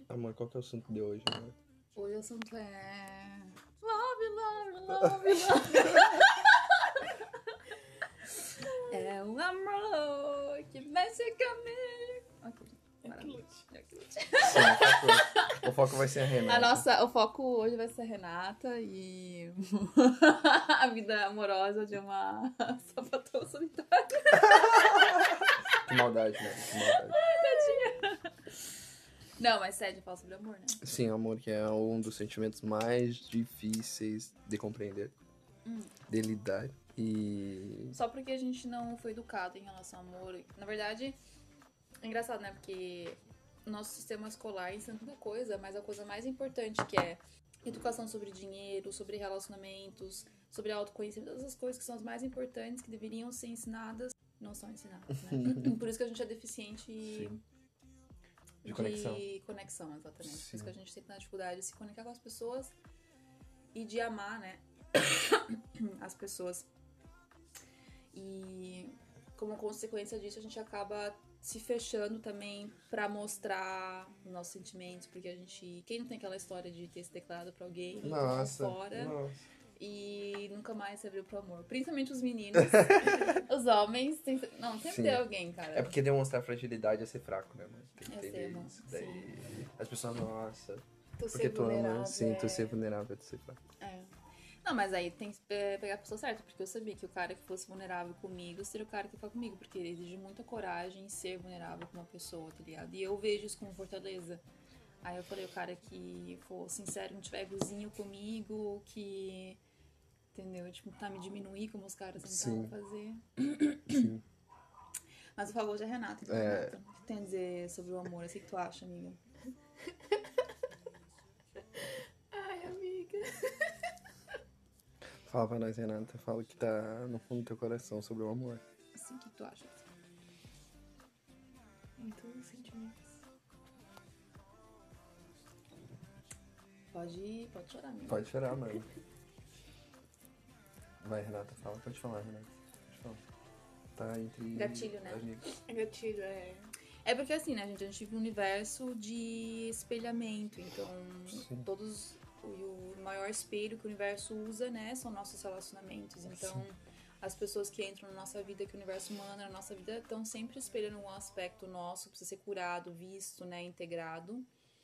Amor, qual que é o assunto de hoje, amor? Hoje o assunto é... Love, love, love, love. É o amor que mexe comigo. Ok, maravilha. Sim, o foco vai ser a Renata. O foco hoje vai ser a Renata e a vida amorosa de uma sapatão solitária. Que maldade, né? Que maldade. Não, mas sério, fala sobre amor, né? Sim, amor, que é um dos sentimentos mais difíceis de compreender, de lidar. E... Só porque a gente não foi educado em relação ao amor. Na verdade, é engraçado, né? Porque o nosso sistema escolar ensina tanta coisa, mas a coisa mais importante que é educação sobre dinheiro, sobre relacionamentos, sobre autoconhecimento, todas as coisas que são as mais importantes, que deveriam ser ensinadas, não são ensinadas, né? Por isso que a gente é deficiente Sim. de conexão, exatamente. Sim. Por isso que a gente sempre tem dificuldade de se conectar com as pessoas e de amar, né? As pessoas. E como consequência disso, a gente acaba se fechando também pra mostrar os nossos sentimentos, porque a gente... Quem não tem aquela história de ter se declarado pra alguém, Nossa, fora, nossa. e nunca mais se abriu pro amor? Principalmente os meninos, os homens... Não, sempre Sim. tem alguém, cara. É porque demonstrar fragilidade é ser fraco, né, mano? Tem que É entender ser, isso. Daí as pessoas, nossa... Tu Porque ser tu ama, vulnerável, sim, tu ser vulnerável, tu ser fraco. É. Não, mas aí tem que pegar a pessoa certa, porque eu sabia que o cara que fosse vulnerável comigo seria o cara que fala comigo, porque ele exige muita coragem em ser vulnerável com uma pessoa, tá ligado? E eu vejo isso como fortaleza. Aí eu falei, o cara que for sincero, não tiver egozinho comigo, que... Entendeu? Tipo, tá me diminuir como os caras tentavam fazer. Sim. Mas eu falo hoje é Renata. Então, Renata, o que tem a dizer sobre o amor? O que tu acha, amiga? Ai, amiga. Fala pra nós, Renata. Fala o que tá no fundo do teu coração sobre o amor. Assim, o que tu acha? Muitos sentimentos. Pode chorar, amiga. Pode chorar, mano. Vai, Renata, fala. Pode falar, Renata. Pode falar. Tá entre... Gatilho, né? amigos. Gatilho, é... É porque assim, né, gente? A gente vive um universo de espelhamento. Então, Sim. o maior espelho que o universo usa, né, são nossos relacionamentos. Então, as pessoas que entram na nossa vida, que o universo manda na nossa vida, estão sempre espelhando um aspecto nosso que precisa ser curado, visto, né, integrado.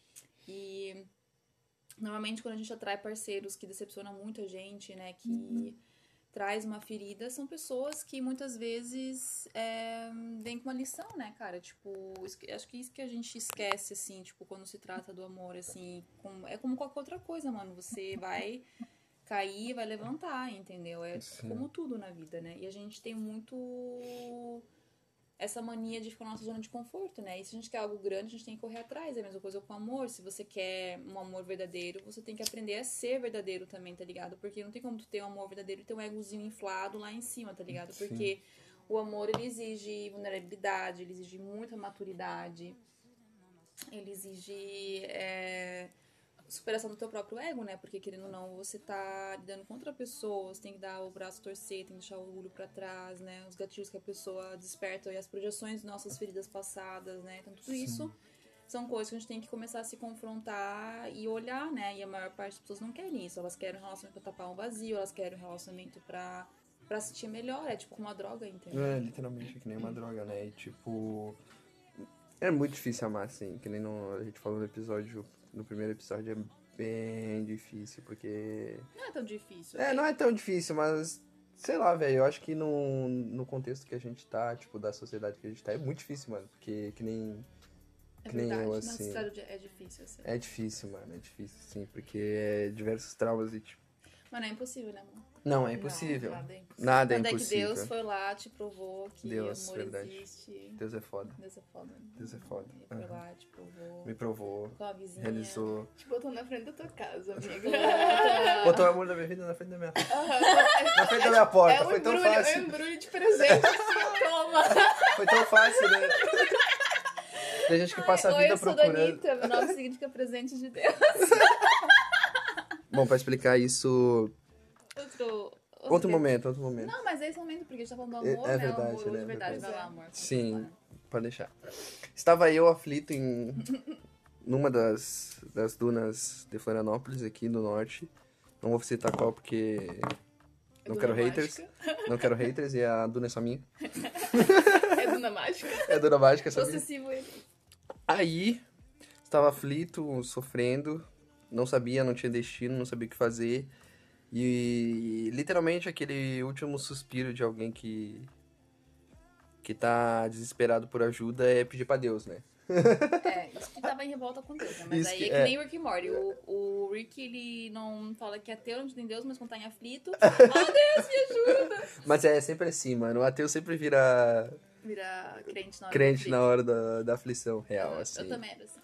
E normalmente quando a gente atrai parceiros que decepcionam muito a gente, né, que traz uma ferida, são pessoas que muitas vezes vêm com uma lição, né, cara? Tipo, acho que isso que a gente esquece, assim, tipo, quando se trata do amor, assim, é como qualquer outra coisa, mano. Você vai cair, vai levantar, entendeu? É como tudo na vida, né? E a gente tem muito essa mania de ficar na nossa zona de conforto, né? E se a gente quer algo grande, a gente tem que correr atrás. É a mesma coisa com o amor. Se você quer um amor verdadeiro, você tem que aprender a ser verdadeiro também, tá ligado? Porque não tem como tu ter um amor verdadeiro e ter um egozinho inflado lá em cima, tá ligado? Porque o amor, ele exige vulnerabilidade, ele exige muita maturidade, ele exige superação do teu próprio ego, né? Porque, querendo ou não, você tá lidando com outra pessoa, você tem que dar o braço a torcer, tem que deixar o orgulho pra trás, né? Os gatilhos que a pessoa desperta e as projeções de nossas feridas passadas, né? Então, tudo isso são coisas que a gente tem que começar a se confrontar e olhar, né? E a maior parte das pessoas não querem isso. Elas querem um relacionamento pra tapar um vazio, elas querem um relacionamento pra se sentir melhor. É tipo uma droga, entendeu? É, literalmente, é que nem uma droga, né? E, tipo... É muito difícil amar, assim. Que nem a gente falou no primeiro episódio, é bem difícil, porque... Não é tão difícil. Não é tão difícil, mas... Sei lá, velho, eu acho que no contexto que a gente tá, tipo, da sociedade que a gente tá, é muito difícil, mano. Porque que nem... É Que nem verdade, eu, nossa assim. história é difícil, assim. É difícil, mano, é difícil, sim, porque é diversos traumas e, tipo... Mas não é impossível, né, amor? Não, é impossível. Nada é impossível. Nada é Quando impossível. é que Deus foi lá, te provou que Deus, amor verdade. existe. Deus é foda. Deus é foda. Deus é foda. Ele foi lá, te provou. Me provou, Com a vizinha. realizou. Te botou na frente da tua casa, amiga. Botou o amor da minha vida na frente da minha... na frente da minha porta, É um foi tão embrulho, fácil. é um embrulho de presente, assim, toma. Foi tão fácil, né? Tem gente que passa a Oi, vida eu sou procurando... Danita, meu nome significa presente de Deus. Bom, pra explicar isso... Outro momento. Não, mas é esse momento, porque a gente tá falando do amor, É né? verdade, O amor, né? de verdade, Verdade. vai lá, amor. Sim, pode deixar. Estava eu aflito em numa das dunas de Florianópolis, aqui no norte. Não vou citar qual porque não quero haters. Não quero haters e a duna é só minha. É Duna Mágica? É a duna mágica, essa minha. Possessivo ele. Aí, estava aflito, sofrendo, não sabia, não tinha destino, não sabia o que fazer. E literalmente aquele último suspiro de alguém que tá desesperado por ajuda é pedir pra Deus, né? Isso que tava em revolta com Deus, né? Mas Isso aí que- é que nem o Rick e Morty. O Rick, ele não fala que é ateu, não tem Deus, mas quando tá em aflito, Mas é sempre assim, mano. O ateu sempre vira vira crente na hora crente do na aflito. hora da aflição real, assim. Eu também era assim.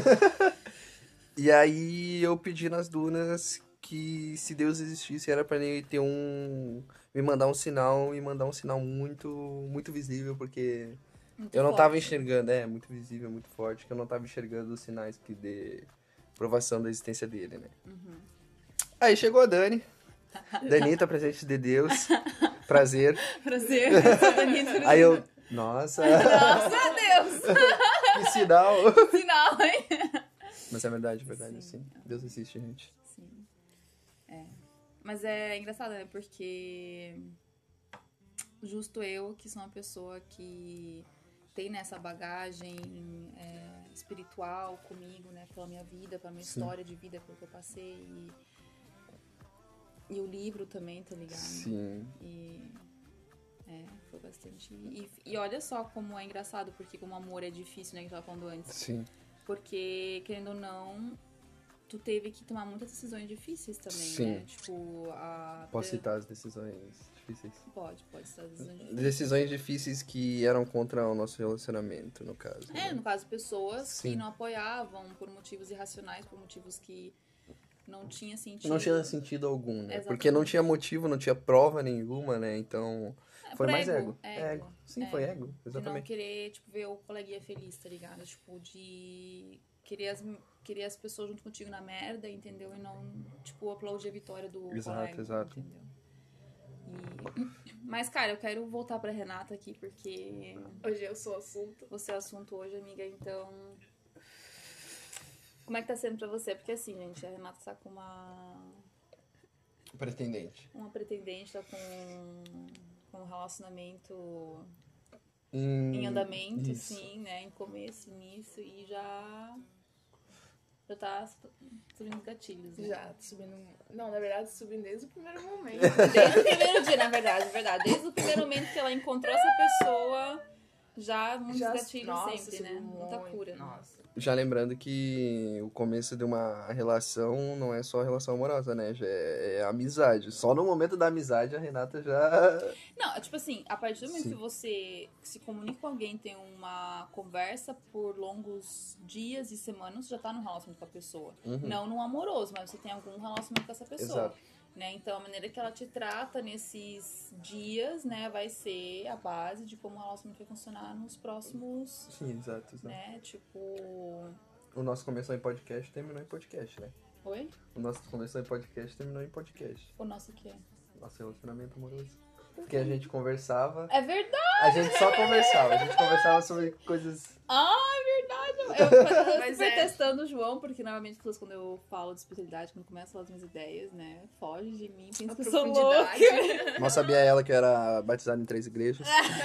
E aí eu pedi nas dunas que se Deus existisse era pra ele ter me mandar um sinal e mandar um sinal muito, muito visível, porque Muito eu não forte. tava enxergando, muito visível, muito forte, que eu não tava enxergando os sinais que de provação da existência dele, né? Aí chegou a Dani. Danita, presente de Deus. Prazer. Prazer. Eu sou Danita, prazer. Aí eu, nossa, Nossa, Deus! que sinal. Sinal, hein? Mas é verdade, sim. Deus existe, gente. Sim. Mas é engraçado, né? Porque justo eu, que sou uma pessoa que tem nessa bagagem espiritual comigo, né? Pela minha vida, pela minha Sim. história de vida, pelo que eu passei. E o livro também, tá ligado? Sim. E foi bastante. E olha só como é engraçado, porque como amor é difícil, né? Que eu tava falando antes. Sim. Porque, querendo ou não, tu teve que tomar muitas decisões difíceis também, Sim. né? Tipo, Posso citar as decisões difíceis? Pode citar as decisões difíceis. Decisões difíceis que eram contra o nosso relacionamento, no caso. né? No caso, pessoas Sim. que não apoiavam por motivos irracionais, por motivos que não tinha sentido. Não tinha sentido algum, né? Exatamente. Porque não tinha motivo, não tinha prova nenhuma, né? Então, foi por mais ego. ego. Sim, foi ego, De não exatamente. querer, tipo, ver o coleguinha feliz, tá ligado? Tipo, de querer as pessoas junto contigo na merda, entendeu? E não, tipo, aplaudir a vitória do colega, Exato. entendeu? Mas, cara, eu quero voltar pra Renata aqui, porque Hoje eu sou o assunto. você é o assunto hoje, amiga, então... Como é que tá sendo pra você? Porque assim, gente, a Renata tá com uma pretendente, tá com um relacionamento em andamento, isso. sim, né? Em começo, início, e já tá subindo os gatilhos, né? Já, tô subindo. Não, na verdade, subindo desde o primeiro momento. Desde o primeiro dia, na verdade. Desde o primeiro momento que ela encontrou essa pessoa, já muitos gatilhos nossa, sempre, né? subiu Muita muito, cura. Nossa. Já lembrando que o começo de uma relação não é só relação amorosa, né? Já é amizade. Só no momento da amizade a Renata já... Não, é tipo assim, a partir do momento Sim. que você se comunica com alguém, tem uma conversa por longos dias e semanas, você já tá num relacionamento com a pessoa. Não num amoroso, mas você tem algum relacionamento com essa pessoa. Exato. Né? Então, a maneira que ela te trata nesses dias, né, vai ser a base de como o relacionamento vai funcionar nos próximos, Sim, exato. né, tipo... O nosso começou em podcast, terminou em podcast, né? Oi? O nosso começou em podcast, terminou em podcast. O nosso quê? Nosso relacionamento amoroso. Porque a gente conversava... É verdade! A gente só conversava. A gente conversava sobre coisas... É verdade! Eu Mas super é. testando o João, porque normalmente as pessoas, quando eu falo de espiritualidade, quando começam a falar as minhas ideias, né, foge de mim, pensa A que eu sou louca. profundidade. Mal sabia ela que eu era batizado em 3 igrejas.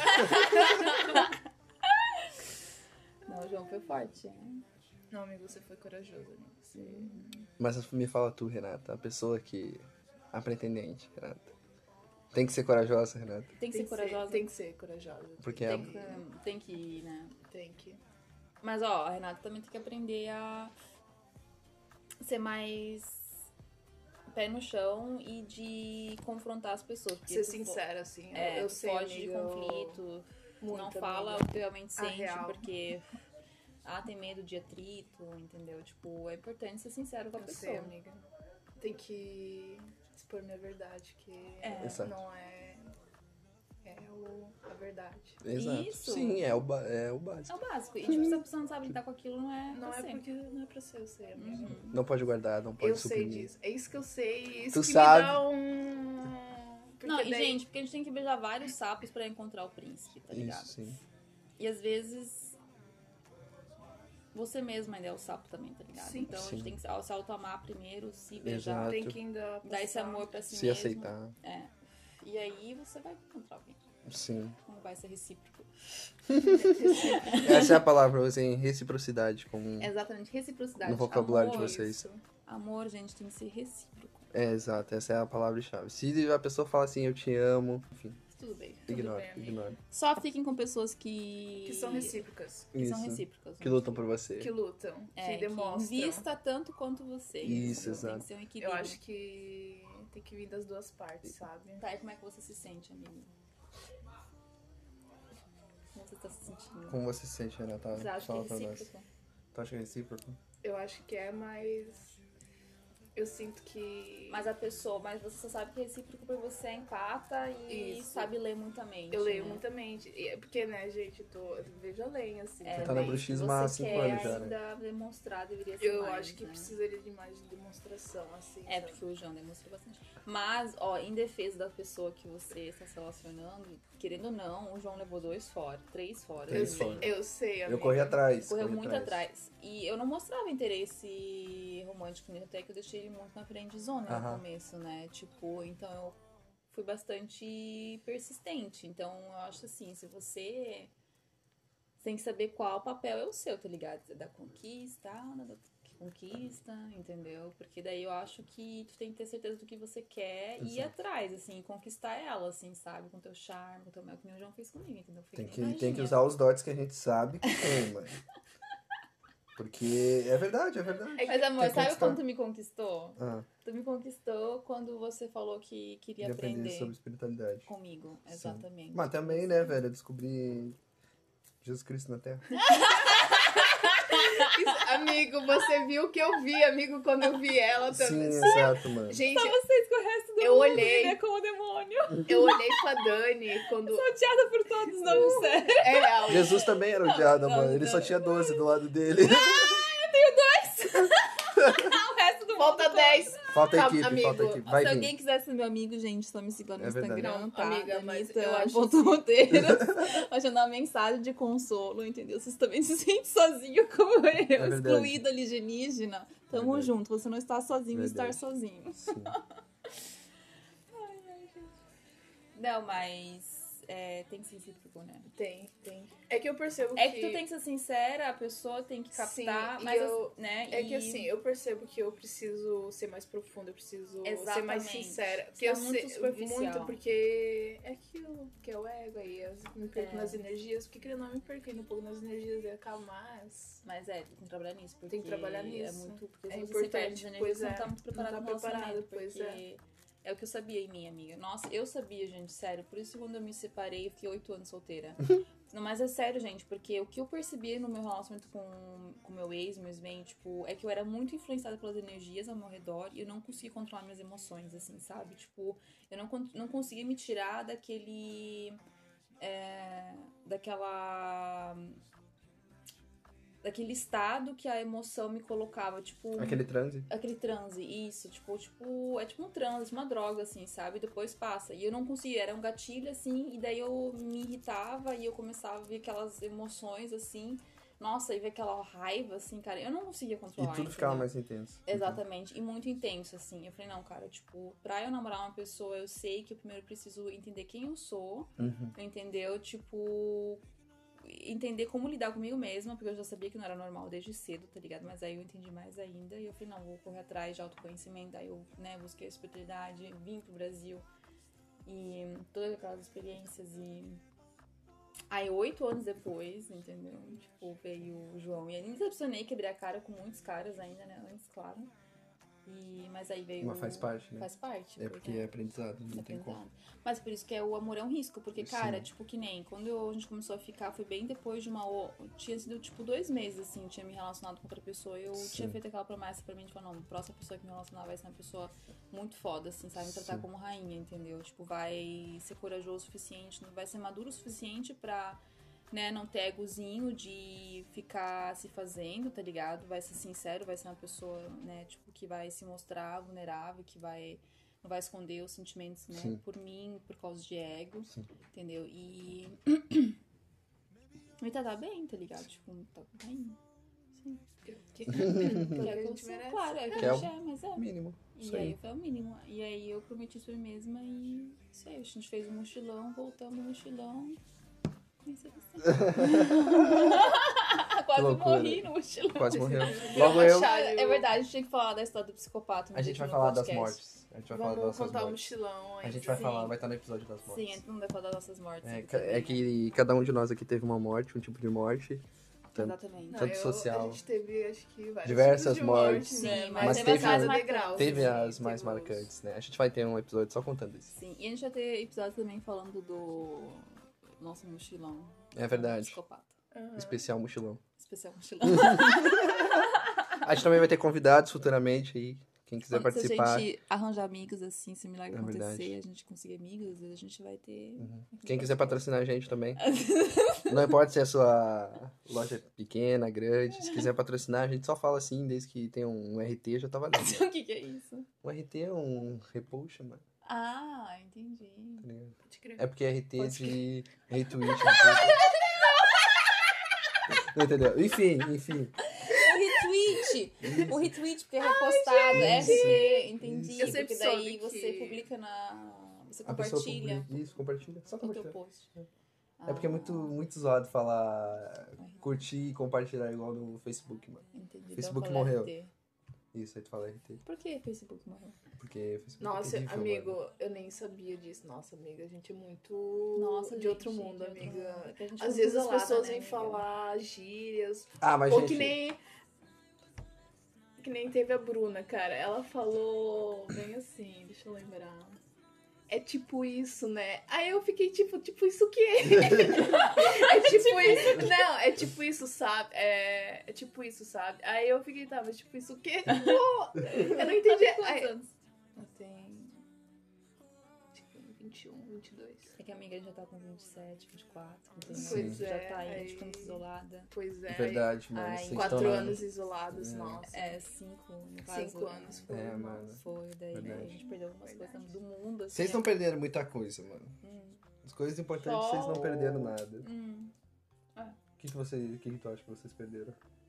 Não, o João foi forte, né? Não, amigo, você foi corajoso, amigo. Você... Mas me fala tu, Renata. A pessoa que... A pretendente, Renata. Tem que ser corajosa, Renata. Tem que ser corajosa. Tem que ser corajosa. Porque Tem que ir, né? Tem que. Mas, ó, a Renata também tem que aprender a ser mais pé no chão e de confrontar as pessoas. Porque Ser tu sincera, assim. eu eu sei, foge de amiga, eu- conflito, Muito, não fala amiga. o que realmente A sente, real. porque tem medo de atrito, entendeu? Tipo, é importante ser sincero com a Eu pessoa. sei, amiga. Tem que expor minha verdade, que Exato. não é a verdade. Exato. Isso. Sim, é o básico. É o básico. E, tipo, se a pessoa não sabe lidar com aquilo, não é Não pra é ser. porque não é pra ser, eu sei, amiga. Não pode guardar, não pode Eu sei suprimir. disso. É isso que eu sei. Isso Tu que sabe. me dá um... Porque Não, e daí- gente, porque a gente tem que beijar vários sapos pra encontrar o príncipe, tá ligado? Isso, sim. E às vezes você mesma ainda é o sapo também, tá ligado? Sim. Então a gente tem que se auto-amar primeiro, se beijar, Exato. Tem que ainda dar esse passar. amor pra si Se mesmo. aceitar. É. E aí você vai encontrar alguém. Sim. Não vai ser recíproco. Essa é a palavra, assim, reciprocidade, como Exatamente, reciprocidade. no vocabulário amor, de vocês. Isso. Amor, gente, tem que ser recíproco. É, exato, essa é a palavra-chave. Se a pessoa fala assim, eu te amo, enfim, Tudo bem. ignora, bem, amigo. ignora. Só fiquem com pessoas que... Que são recíprocas. Que são Isso. recíprocas. Que lutam por você. Que lutam. É, que demonstram. invista tanto quanto você. Isso, Tem exato. que ser um equilíbrio. Eu acho que tem que vir das duas partes, sabe? Tá, e como é que você se sente, amigo? Como você tá se sentindo? Como você se sente, Renata? Você acha que é Fala pra nós. recíproco? Tu acha que é recíproco? Eu acho que é, mas eu sinto que Mas você só sabe que é recíproco porque você é empata e Isso. sabe ler muitamente. eu leio né? muita mente. E é porque, né, gente, eu vejo além, assim. É, Você tá na mas bruxismo você há 5 quer anos já, né? ainda demonstrar, deveria ser Eu mais, acho que né? precisaria de mais demonstração, assim. É, sabe? porque o João demonstrou bastante. Mas, ó, em defesa da pessoa que você está se relacionando, querendo ou não, o João levou 2 fora, 3 fora. Três né? fora. Eu sei, amiga. Eu corri atrás. Correu corri muito atrás. E eu não mostrava interesse romântico nele, até que eu deixei ele muito na friend zone no Aham. começo, né? Tipo, então eu fui bastante persistente. Então eu acho assim, se você tem que saber qual papel é o seu, tá ligado? Da conquista, da que conquista, entendeu? Porque daí eu acho que tu tem que ter certeza do que você quer e ir Exato. atrás, assim, conquistar ela, assim, sabe? Com teu charme, com teu mel, que nem o João fez comigo, entendeu? Foi Tem nem que, tem que magia. usar os dots que a gente sabe que tem, mano. Porque é verdade, é verdade. Mas, amor, Quer sabe conquistar? quando tu me conquistou? Ah, Tu me conquistou quando você falou que queria queria aprender aprender sobre espiritualidade. comigo. Sim. Exatamente. Mas também, né, velho, eu descobri Jesus Cristo na Terra. Amigo, você viu o que eu vi, amigo, quando eu vi ela Sim, também. exato, mano. Gente, Só vocês com o resto do Eu mundo, olhei. né, como demônio. eu olhei pra Dani quando. Sou odiada por todos, não, sério. É real. Jesus também era odiado, não, mano. Ele não. só tinha 12 do lado dele. O resto do Falta mundo. 10. Falta Calma, equipe, amigo. falta equipe. Vai Se vir. alguém quiser ser meu amigo, gente, só me siga no É verdade. Instagram, Não, tá? amiga, mas Danita, eu acho ponto assim- Roteiros. Achando uma mensagem de consolo, entendeu? Vocês também se sentem sozinhos como eu, verdade. excluído alienígena. Tamo Verdade. junto, você não está sozinho em estar Verdade. sozinho. Sim. Não, mas tem que ser recíproco, né? Tem. É que eu percebo É que tu tem que ser sincera, a pessoa tem que captar, Sim, e mas eu- né? É e- que assim, eu percebo que eu preciso ser mais profunda, eu preciso ser mais Exatamente. sincera. Porque Tá eu muito sei superficial. muito porque é aquilo que é o ego aí. Eu me perco É. nas energias, porque querendo ou não me perco ainda um pouco nas energias e acalmar. Mas tem que trabalhar nisso, porque Tem que trabalhar é nisso. muito, porque É se você importante, perde energia, pois você não é. tá muito preparado Não tá no relacionamento, preparado, pois porque é o que eu sabia em mim, amiga. Nossa, eu sabia, gente, sério. Por isso, quando eu me separei, eu fiquei 8 anos solteira. Não, mas é sério, gente, porque o que eu percebi no meu relacionamento com meu ex, meu ex-man, tipo, é que eu era muito influenciada pelas energias ao meu redor e eu não conseguia controlar minhas emoções, assim, sabe? Tipo, eu não conseguia me tirar daquele... daquele estado que a emoção me colocava, tipo... Aquele transe. Aquele transe, isso, é tipo um transe, uma droga, assim, sabe? Depois passa. E eu não conseguia, era um gatilho, assim, e daí eu me irritava e eu começava a ver aquelas emoções, assim, nossa, e ver aquela raiva, assim, cara, eu não conseguia E controlar. tudo ficava entendeu? mais intenso. Exatamente, e muito intenso, assim. Eu falei, não, cara, tipo, pra eu namorar uma pessoa, eu sei que eu primeiro preciso entender quem eu sou, Uhum. entendeu? Tipo, entender como lidar comigo mesma, porque eu já sabia que não era normal desde cedo, tá ligado? Mas aí eu entendi mais ainda e eu falei, não, vou correr atrás de autoconhecimento. Aí eu, né, busquei a espiritualidade, vim pro Brasil e todas aquelas experiências e... Aí 8 anos depois, entendeu? Tipo, veio o João e aí me decepcionei, quebrei a cara com muitos caras ainda, né? Antes, claro. Mas aí veio... Mas faz parte, né? Faz parte. É porque é aprendizado, não tem como. Aprendizado. Mas por isso que o amor é um risco, porque, cara, Sim. tipo, que nem quando a gente começou a ficar, foi bem depois de tinha sido, tipo, 2 meses, assim, eu tinha me relacionado com outra pessoa e eu Sim. tinha feito aquela promessa pra mim, de falar, não, a próxima pessoa que me relacionar vai ser uma pessoa muito foda, assim, sabe? Me tratar Sim. como rainha, entendeu? Tipo, vai ser corajoso o suficiente, não vai ser maduro o suficiente pra, né, não ter egozinho de ficar se fazendo, tá ligado? Vai ser sincero, vai ser uma pessoa, né, tipo, que vai se mostrar vulnerável, que não vai esconder os sentimentos, né, Sim. por mim, por causa de ego, Sim. entendeu? E me tratar bem, tá ligado? Tipo, tá bem, Sim. Que é o mínimo que Que é a o que eu gente sou, merece. claro, é o que Que a é gente é, mas é. Mínimo. Isso E aí aí. foi o mínimo. E aí eu prometi isso pra mim mesma e isso aí. A gente fez um mochilão, voltamos no mochilão. Conheci você. Quase loucura. morri no mochilão. Quase morreu. Virou Logo uma eu. chave. É verdade, a gente tinha que falar da história do psicopata. no A gente vai último falar das podcast. mortes. A gente vai falar das Vamos nossas contar o mortes. mochilão A aí. gente vai Sim. falar, vai estar no episódio das mortes. Sim, a gente não vai falar das nossas mortes. É, aqui também, é né? que cada um de nós aqui teve uma morte, um tipo de morte. Exatamente. Não, tanto social. A gente teve, acho que, vários diversas tipos de mortes. morte, né? Sim, mas Mas teve teve cada as degrau. Teve sim, as mais teve os- marcantes, né? A gente vai ter um episódio só contando isso. Sim, e a gente vai ter episódio também falando do nosso mochilão. É verdade. Psicopata. Aham. Especial mochilão. Especial mochilão. A gente também vai ter convidados futuramente aí. Quem quiser participar. Se a gente arranjar amigos assim, se o milagre É acontecer, verdade. a gente conseguir amigos, às vezes a gente vai ter. Quem quiser patrocinar a gente também. Não importa se é a sua loja pequena, grande. Se quiser patrocinar, a gente só fala assim, desde que tenha um RT já tá valendo. O que é isso? Um RT é um repost, mano. Ah, entendi. Tá ligado? Pode crer. É porque é RT Pode de retweet. Não entendeu? Enfim. O retweet, porque é repostado, é RT, entendi. Eu sempre Porque daí soube você que- publica na. Você A pessoa compartilha publica. Isso, compartilha. Só o teu compartilha. post. É porque é muito zoado falar curtir e compartilhar igual no Facebook, mano. Entendi. Facebook então eu falo morreu. RT. Isso, aí tu fala RT. Por que Facebook morreu? Porque Facebook Nossa, é terrível, amigo, mano. eu nem sabia disso. Nossa, amiga, a gente é muito Nossa, de outro gente, mundo, de outro amiga. mundo. É que a gente Às é vezes muito as pessoas isolada, né, vêm amiga? falar gírias. Ah, mas Ou gente... que nem teve a Bruna, cara. Ela falou bem assim, deixa eu lembrar. É tipo isso, né? Aí eu fiquei tipo isso o quê? É tipo isso. Não, é tipo isso, sabe? É tipo isso, sabe? Aí eu fiquei, tá, mas tipo isso o quê? Pô, eu não entendi. Quantos Aí, anos? eu tenho. Tipo, 21, 22. É que a amiga já tá com 27, 24, entendeu? Pois Já é, tá aí, a aí- gente ficou muito isolada. Pois é. Verdade, mano. Ai, Vocês estão 4 na- anos isolados, É. nossa. É, 5, no caso. 5 anos foi. É, mano. Foi, daí né, Verdade. a gente perdeu algumas Verdade. coisas do mundo. Assim, Vocês não perderam muita coisa, mano. As coisas importantes Só vocês não perderam nada. O que tu acha que vocês perderam?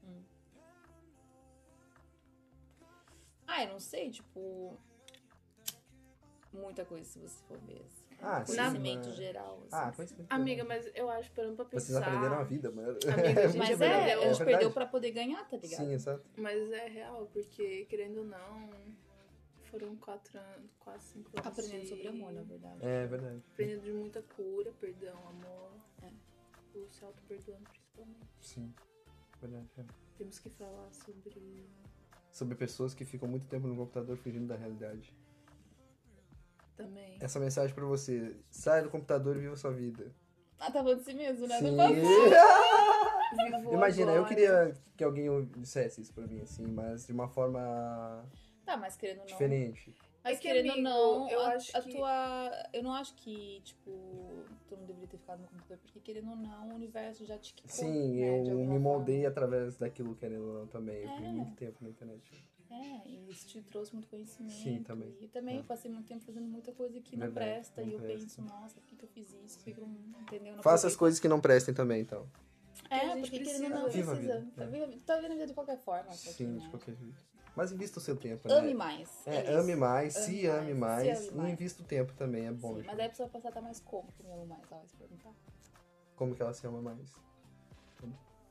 Ah, eu não sei, tipo. Muita coisa se você for ver. Assim. Ah, sim, Conhecimento mas- geral. Assim. Ah, conhecimento. Amiga, mas eu acho, parando pra pensar. Vocês aprenderam a vida, mano. Amiga, a gente Mas perdeu, a gente verdade. perdeu pra poder ganhar, tá ligado? Sim, exato. Mas é real, porque, querendo ou não, foram 4 anos, quase 5 anos. Aprendendo de- sobre amor, na verdade. É verdade. Aprendendo de muita cura, perdão, amor. É. O se auto-perdoando, principalmente. Sim. Verdade. É. Temos que falar sobre. Sobre pessoas que ficam muito tempo no computador fugindo da realidade. Também. Essa mensagem pra você. Sai do computador e viva sua vida. Ah, tá falando de si mesmo, né? Sim. Não pode- Vivo Imagina, eu agora. queria que alguém dissesse isso pra mim, assim, mas de uma forma Tá, mas querendo ou não. diferente. Mas É que, querendo amigo, ou não, eu a acho que- tua. Eu não acho que, tipo, tu não deveria ter ficado no computador, porque querendo ou não, o universo já te quicou. Sim, né, de eu alguma me moldei forma. através daquilo, querendo ou não, também. Eu fiquei É. muito tempo na internet. É, e isso te trouxe muito conhecimento. Sim, também. E também É. passei muito tempo fazendo muita coisa que não Verdade, presta. não E eu presta. penso, nossa, por que eu fiz isso? Por que eu não, entendeu? Não Faça as aproveitei. coisas que não prestem também, então. É, a gente porque querendo precisa. ou não, Viva a precisa. vida, Tá é. tá vendo a vida de qualquer forma. só que, Sim, né? de qualquer jeito. Mas invista o seu tempo, né? Ame mais. É, isso. ame mais, se ame mais, se ame e mais. invista o tempo também, é bom. Sim, gente. mas aí a pessoa vai passar a estar mais como que eu me amo mais, ela vai se perguntar. Como que ela se ama mais? Como?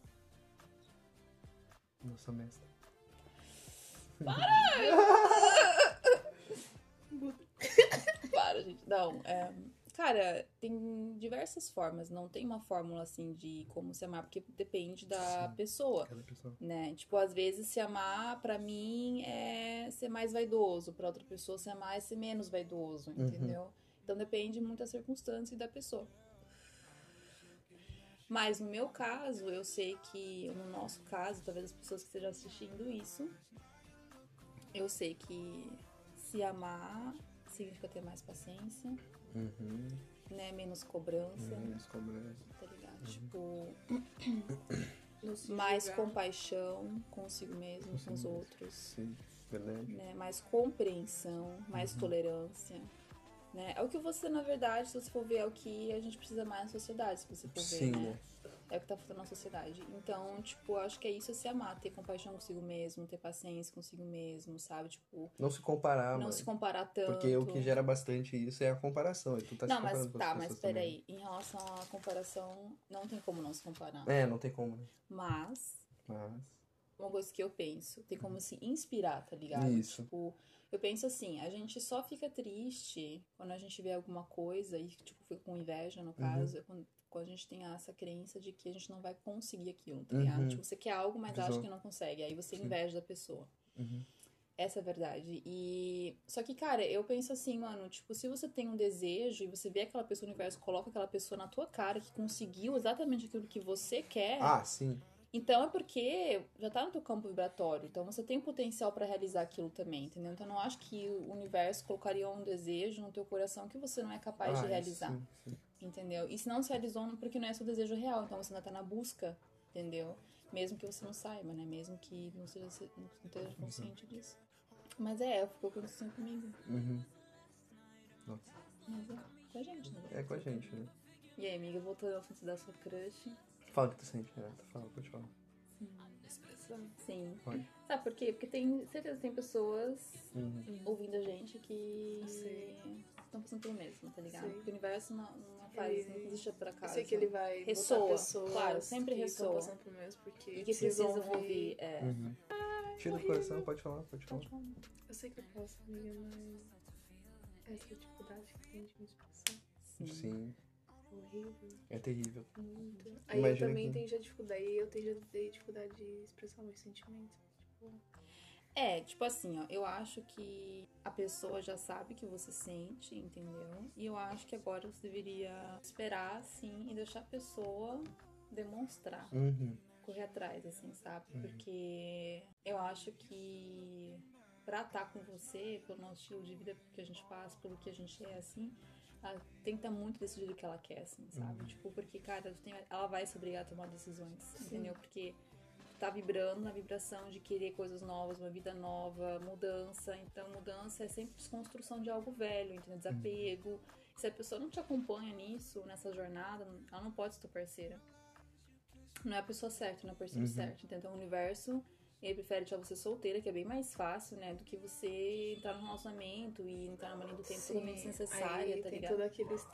Nossa mestra. Para, gente. Não, cara, tem diversas formas. Não tem uma fórmula, assim, de como se amar, porque depende da Sim. pessoa, Cada pessoa. né? Tipo, às vezes se amar, pra mim, é ser mais vaidoso. Pra outra pessoa, se amar é ser menos vaidoso, Uhum. entendeu? Então depende muito da circunstância e da pessoa. Mas no meu caso, eu sei que, no nosso caso, talvez as pessoas que estejam assistindo isso, eu sei que se amar significa ter mais paciência, Uhum. né? Menos cobrança, Descobrindo. tá ligado? Tipo, Não se mais julgar. compaixão consigo mesmo, com os outros, Sim, verdade. né? Mais compreensão, mais tolerância, né? É o que você, na verdade, se você for ver, é o que a gente precisa mais na sociedade, se você for ver, Sim, né? né? É o que tá faltando na sociedade. Então, tipo, eu acho que é isso, é se amar, ter compaixão consigo mesmo, ter paciência consigo mesmo, sabe? Tipo, Não se comparar, não mano. se comparar tanto. Porque o que gera bastante isso é a comparação. E tu tá se Não, mas comparando com tá, as mas pessoas também. peraí. Em relação à comparação, não tem como não se comparar. É, não tem como, né? Mas, Mas. uma coisa que eu penso, tem como se inspirar, tá ligado? Isso. Tipo, eu penso assim, a gente só fica triste quando a gente vê alguma coisa e, tipo, fica com inveja, no caso, é quando a gente tem essa crença de que a gente não vai conseguir aquilo, tá ligado? Tipo, você quer algo, mas acha que não consegue. Aí você inveja da pessoa. Essa é a verdade. E só que, cara, eu penso assim, mano, tipo, se você tem um desejo e você vê aquela pessoa no universo, coloca aquela pessoa na tua cara que conseguiu exatamente aquilo que você quer, Ah, sim. então é porque já tá no teu campo vibratório. Então você tem potencial pra realizar aquilo também, entendeu? Então eu não acho que o universo colocaria um desejo no teu coração que você não é capaz de realizar. Sim. Entendeu? E se não se realizou, porque não é seu desejo real, então você ainda tá na busca, entendeu? Mesmo que você não saiba, né? Mesmo que não esteja consciente disso. Mas ficou acontecendo comigo. Nossa. Mas com a gente, né? É com a gente, né? E aí, amiga, voltando ao assunto da sua crush. Fala o que tu sente, Renata. Fala, pode falar. Expressão. Sim. Pode. Sabe por quê? Porque tem certeza tem pessoas ouvindo a gente que estão passando pelo mesmo, tá ligado? Sei. Porque o universo não faz, não existe por acaso. Eu sei que ele vai ressoa, botar pessoas claro, sempre que estão ressoa. passando por mesmo porque E que precisam ouvir. Tira do coração, pode falar, pode falar. Eu sei que eu posso, amiga, mas essa dificuldade que tem de me expressar Sim. é horrível. É terrível. Muito. Aí Imagina eu também que- tenho já dificuldade. Eu tenho já dificuldade de expressar meus sentimentos. Tipo, Tipo assim, ó, eu acho que a pessoa já sabe o que você sente, entendeu? E eu acho que agora você deveria esperar, assim, e deixar a pessoa demonstrar. Correr atrás, assim, sabe? Porque eu acho que pra estar com você, pelo nosso estilo de vida que a gente passa, pelo que a gente é, assim, ela tem que estar muito decidido o que ela quer, assim, sabe? Tipo, porque, cara, ela vai se obrigar a tomar decisões, entendeu? Porque tá vibrando na vibração de querer coisas novas, uma vida nova, mudança. Então, mudança é sempre desconstrução de algo velho, entendeu? Desapego. Se a pessoa não te acompanha nisso, nessa jornada, ela não pode ser tua parceira. Não é a pessoa certa, não é o parceiro certo. Então, o universo, ele prefere deixar você solteira, que é bem mais fácil, né? Do que você entrar num relacionamento e entrar numa linha do tempo totalmente desnecessária, aí tá tem ligado? todo aqueles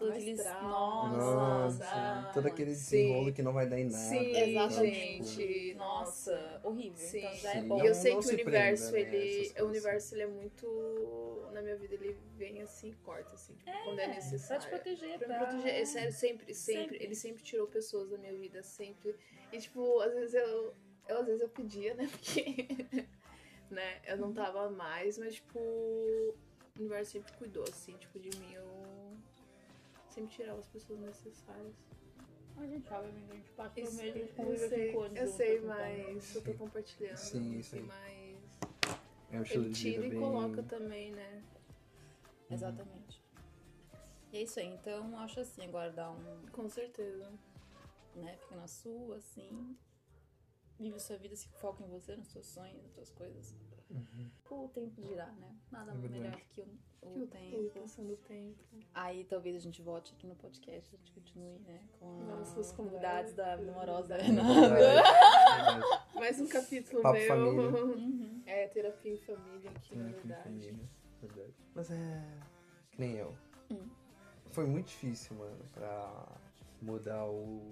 Nossa, Todo aquele Sim. desenrolo que não vai dar em nada. Sim, então, exatamente. gente. Nossa, horrível. Sim. Então já é Sim. bom. E eu sei Não que o se universo, prenda, né, essas o coisas. universo, ele é muito... Na minha vida, ele vem assim, corta, assim, tipo, quando é Pra necessário. te proteger, Pra me proteger. É sério, sempre. Ele sempre tirou pessoas da minha vida, sempre. E, tipo, às vezes às vezes eu pedia, né, porque... né, eu não tava mais, mas, tipo... O universo sempre cuidou, assim, tipo, de mim. Eu sempre tirava as pessoas necessárias. A gente sabe, amiga, a gente passa por Isso, meio, a gente eu convive sei, 5 anos eu juntas, sei, então. mas eu tô compartilhando. Sim, isso aí. Mas É um estilo ele de vida tira e bem... coloca também, né? Exatamente. E é isso aí, então eu acho assim, agora dá Com certeza. né, fica na sua, assim, vive a sua vida, se foca em você, nos seus sonhos, nas suas coisas. O tempo dirá, né? Nada verdade. melhor do que o O tempo. passando o tempo. Aí talvez a gente volte aqui no podcast, a gente continue, né, com Nossas as novidades da vida amorosa da É Renata. verdade. Mais um capítulo Papo meu. Uhum. É terapia em família aqui, na Terapia em verdade. família, verdade. Mas que nem eu. Foi muito difícil, mano, pra mudar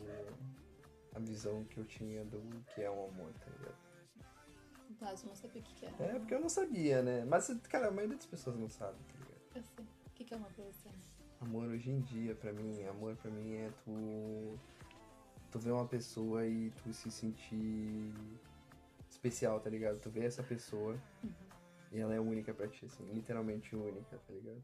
a visão que eu tinha do que é um amor, tá ligado? Mas eu não sabia o que é. É, porque eu não sabia, né? Mas, cara, a maioria das pessoas não sabe, tá ligado? Eu sei. O que é uma pra você? Amor hoje em dia, amor pra mim é tu ver uma pessoa e tu se sentir especial, tá ligado? Tu vê essa pessoa e ela é única pra ti, assim, literalmente única, tá ligado?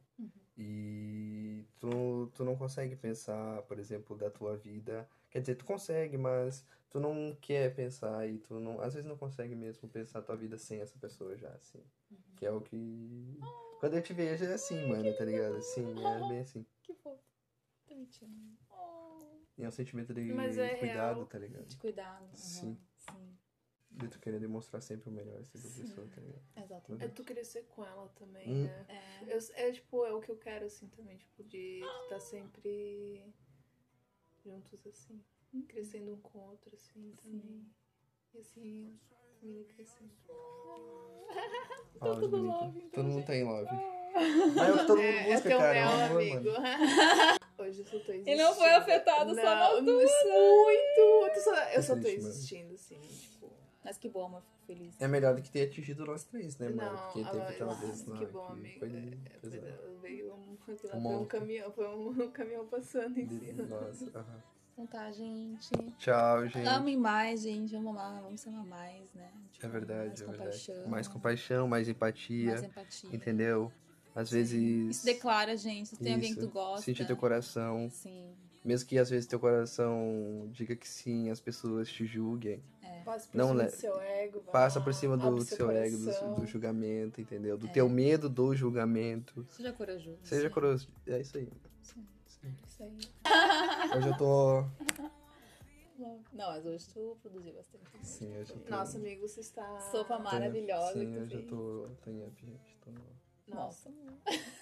E tu não consegue pensar, por exemplo, da tua vida. Quer dizer, tu consegue, mas tu não quer pensar e tu não, às vezes não consegue mesmo pensar a tua vida sem essa pessoa já, assim. Que é o que... Quando eu te vejo é assim, mano, tá ligado? Sim, é bem assim. Que fofo. Também te amo. E é um sentimento de Mas é cuidado, real. tá ligado? De cuidado. Sim. Sim. De tu querer demonstrar sempre o melhor essa pessoa, tá ligado? Exatamente. É tu querer ser com ela também, né? É. É o que eu quero, assim, também. Tipo, de estar sempre juntos, assim. Crescendo um com o outro, assim, também. E assim, a família crescendo. Tá tudo love, então, todo mundo gente. tá em love. Mas é o que todo mundo busca, teu cara. mel, É um amor, amigo. mano. Hoje eu só tô existindo. E não foi afetado, só não, voltou. muito. Eu só tô Triste, mano. existindo, assim, tipo... Mas que bom, amor, fico feliz. É melhor do que ter atingido nós três, né, mano? Não, Porque teve aquela nossa, vez lá que bom, que amigo. foi Foi, pesado. veio Um monte. foi um caminhão passando em cima. Nossa, aham. Então tá, gente. Tchau, gente. Amem mais, gente. Vamos amar, vamos se amar mais, né? Tipo, É verdade, mais é compaixão, verdade. Mais compaixão, mais empatia, mais empatia. entendeu? Às E vezes... se declara, gente. Se tem alguém que tu Isso. gosta. Sentir teu coração. Sim. Mesmo que às vezes teu coração diga que sim, as pessoas te julguem. Passa por Não cima le- do seu ego. vai Passa lá, por cima do abre seu ego, do coração. julgamento, entendeu? Do teu medo do julgamento. Seja corajoso. Seja corajoso. É isso aí. Sim. Sim. Isso aí. Hoje eu tô... Não, mas hoje tu produziu bastante. Sim, hoje eu tô... Nossa, amigo, você está... Sopa maravilhosa Sim, que tu hoje eu fez. tô em up, gente. Tô... Nossa. Nossa.